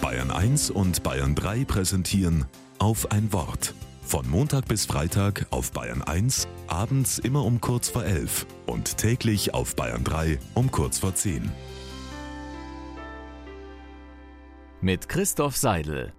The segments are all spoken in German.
Bayern 1 und Bayern 3 präsentieren Auf ein Wort. Von Montag bis Freitag auf Bayern 1, abends immer um kurz vor 11 und täglich auf Bayern 3 um kurz vor 10. Mit Christoph Seidel.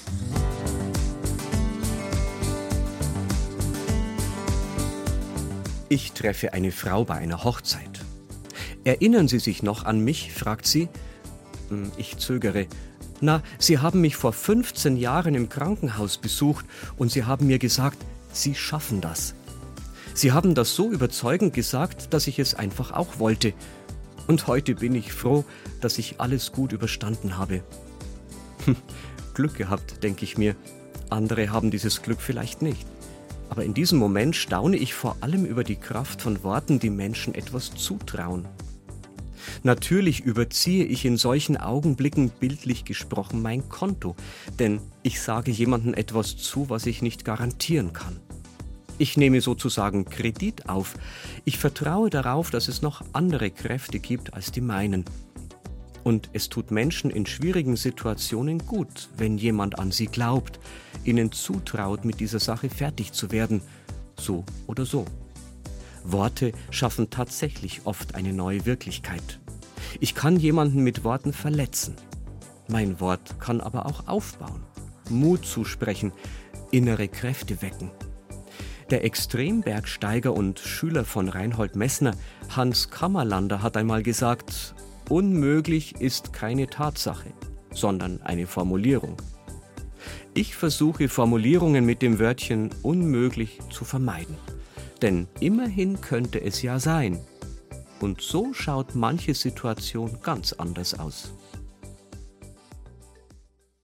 Ich treffe eine Frau bei einer Hochzeit. Erinnern Sie sich noch an mich? Fragt sie. Ich zögere. Na, Sie haben mich vor 15 Jahren im Krankenhaus besucht und Sie haben mir gesagt, Sie schaffen das. Sie haben das so überzeugend gesagt, dass ich es einfach auch wollte. Und heute bin ich froh, dass ich alles gut überstanden habe. Glück gehabt, denke ich mir. Andere haben dieses Glück vielleicht nicht. Aber in diesem Moment staune ich vor allem über die Kraft von Worten, die Menschen etwas zutrauen. Natürlich überziehe ich in solchen Augenblicken bildlich gesprochen mein Konto, denn ich sage jemandem etwas zu, was ich nicht garantieren kann. Ich nehme sozusagen Kredit auf. Ich vertraue darauf, dass es noch andere Kräfte gibt als die meinen. Und es tut Menschen in schwierigen Situationen gut, wenn jemand an sie glaubt, ihnen zutraut, mit dieser Sache fertig zu werden, so oder so. Worte schaffen tatsächlich oft eine neue Wirklichkeit. Ich kann jemanden mit Worten verletzen. Mein Wort kann aber auch aufbauen, Mut zusprechen, innere Kräfte wecken. Der Extrembergsteiger und Schüler von Reinhold Messner, Hans Kammerlander, hat einmal gesagt: Unmöglich ist keine Tatsache, sondern eine Formulierung. Ich versuche, Formulierungen mit dem Wörtchen unmöglich zu vermeiden. Denn immerhin könnte es ja sein. Und so schaut manche Situation ganz anders aus.